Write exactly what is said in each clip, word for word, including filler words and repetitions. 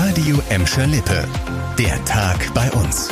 Radio Emscher Lippe. Der Tag bei uns.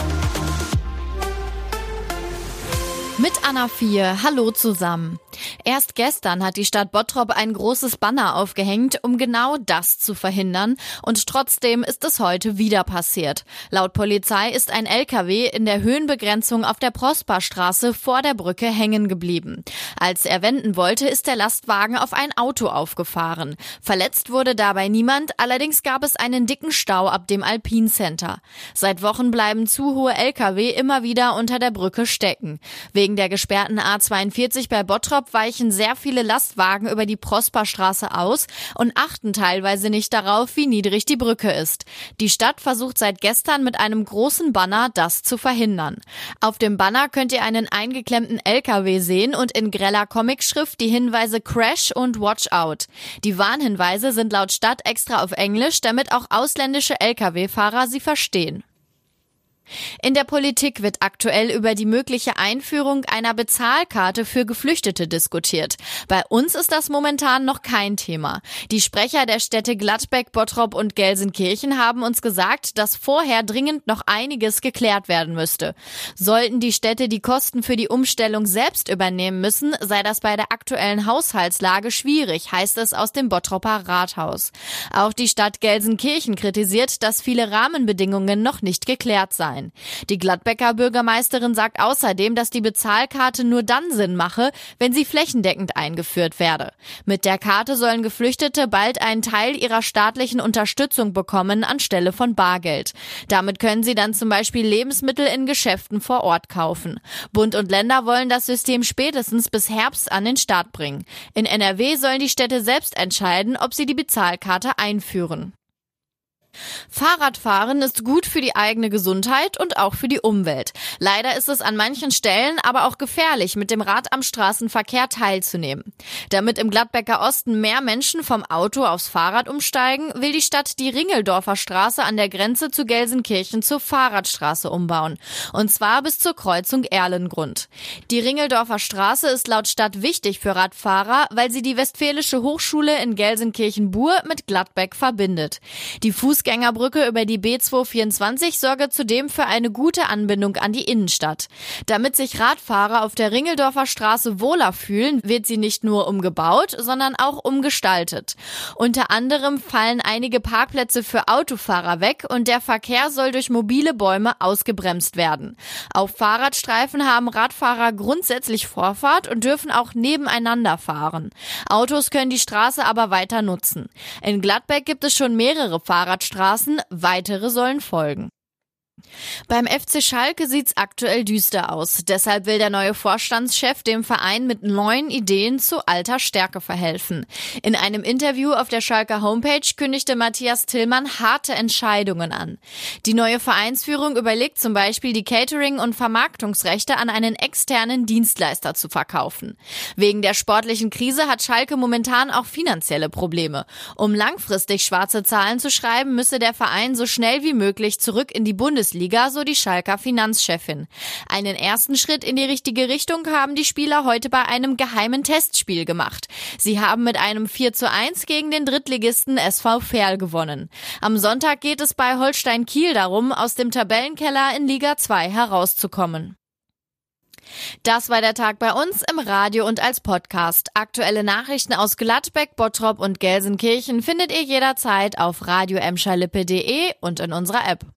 Mit Anna vier, hallo zusammen. Erst gestern hat die Stadt Bottrop ein großes Banner aufgehängt, um genau das zu verhindern. Und trotzdem ist es heute wieder passiert. Laut Polizei ist ein L K W in der Höhenbegrenzung auf der Prosperstraße vor der Brücke hängen geblieben. Als er wenden wollte, ist der Lastwagen auf ein Auto aufgefahren. Verletzt wurde dabei niemand, allerdings gab es einen dicken Stau ab dem Alpine Center. Seit Wochen bleiben zu hohe L K W immer wieder unter der Brücke stecken. Wegen der gesperrten A zweiundvierzig bei Bottrop weichen sehr viele Lastwagen über die Prosperstraße aus und achten teilweise nicht darauf, wie niedrig die Brücke ist. Die Stadt versucht seit gestern mit einem großen Banner, das zu verhindern. Auf dem Banner könnt ihr einen eingeklemmten L K W sehen und in greller Comicschrift die Hinweise Crash und Watch Out. Die Warnhinweise sind laut Stadt extra auf Englisch, damit auch ausländische L K W-Fahrer sie verstehen. In der Politik wird aktuell über die mögliche Einführung einer Bezahlkarte für Geflüchtete diskutiert. Bei uns ist das momentan noch kein Thema. Die Sprecher der Städte Gladbeck, Bottrop und Gelsenkirchen haben uns gesagt, dass vorher dringend noch einiges geklärt werden müsste. Sollten die Städte die Kosten für die Umstellung selbst übernehmen müssen, sei das bei der aktuellen Haushaltslage schwierig, heißt es aus dem Bottroper Rathaus. Auch die Stadt Gelsenkirchen kritisiert, dass viele Rahmenbedingungen noch nicht geklärt seien. Die Gladbecker Bürgermeisterin sagt außerdem, dass die Bezahlkarte nur dann Sinn mache, wenn sie flächendeckend eingeführt werde. Mit der Karte sollen Geflüchtete bald einen Teil ihrer staatlichen Unterstützung bekommen anstelle von Bargeld. Damit können sie dann zum Beispiel Lebensmittel in Geschäften vor Ort kaufen. Bund und Länder wollen das System spätestens bis Herbst an den Start bringen. In N R W sollen die Städte selbst entscheiden, ob sie die Bezahlkarte einführen. Fahrradfahren ist gut für die eigene Gesundheit und auch für die Umwelt. Leider ist es an manchen Stellen aber auch gefährlich, mit dem Rad am Straßenverkehr teilzunehmen. Damit im Gladbecker Osten mehr Menschen vom Auto aufs Fahrrad umsteigen, will die Stadt die Ringeldorfer Straße an der Grenze zu Gelsenkirchen zur Fahrradstraße umbauen. Und zwar bis zur Kreuzung Erlengrund. Die Ringeldorfer Straße ist laut Stadt wichtig für Radfahrer, weil sie die Westfälische Hochschule in Gelsenkirchen-Bur mit Gladbeck verbindet. Die Fußgänger Fußgängerbrücke über die B zweihundertvierundzwanzig sorge zudem für eine gute Anbindung an die Innenstadt. Damit sich Radfahrer auf der Ringeldorfer Straße wohler fühlen, wird sie nicht nur umgebaut, sondern auch umgestaltet. Unter anderem fallen einige Parkplätze für Autofahrer weg und der Verkehr soll durch mobile Bäume ausgebremst werden. Auf Fahrradstreifen haben Radfahrer grundsätzlich Vorfahrt und dürfen auch nebeneinander fahren. Autos können die Straße aber weiter nutzen. In Gladbeck gibt es schon mehrere Fahrradstraßen, weitere sollen folgen. Beim F C Schalke sieht's aktuell düster aus. Deshalb will der neue Vorstandschef dem Verein mit neuen Ideen zu alter Stärke verhelfen. In einem Interview auf der Schalker Homepage kündigte Matthias Tillmann harte Entscheidungen an. Die neue Vereinsführung überlegt zum Beispiel, die Catering- und Vermarktungsrechte an einen externen Dienstleister zu verkaufen. Wegen der sportlichen Krise hat Schalke momentan auch finanzielle Probleme. Um langfristig schwarze Zahlen zu schreiben, müsse der Verein so schnell wie möglich zurück in die Bundesliga. Liga, so die Schalker Finanzchefin. Einen ersten Schritt in die richtige Richtung haben die Spieler heute bei einem geheimen Testspiel gemacht. Sie haben mit einem vier zu eins gegen den Drittligisten S V Verl gewonnen. Am Sonntag geht es bei Holstein Kiel darum, aus dem Tabellenkeller in Liga zwei herauszukommen. Das war der Tag bei uns im Radio und als Podcast. Aktuelle Nachrichten aus Gladbeck, Bottrop und Gelsenkirchen findet ihr jederzeit auf radio emscher lippe punkt de und in unserer App.